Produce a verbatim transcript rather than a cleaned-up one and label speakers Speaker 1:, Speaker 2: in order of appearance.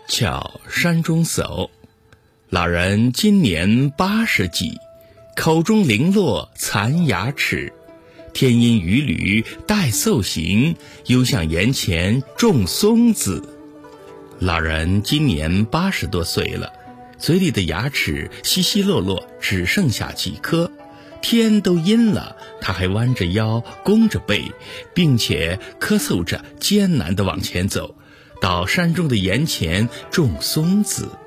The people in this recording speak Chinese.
Speaker 1: 巧山中叟，老人今年八十几，口中零落残牙齿，天阴与履带叟行，犹向檐前种松子。老人今年八十多岁了，嘴里的牙齿稀稀落落，只剩下几颗。天都阴了，他还弯着腰，弓着背，并且咳嗽着，艰难地往前走，到山中的檐前种松子。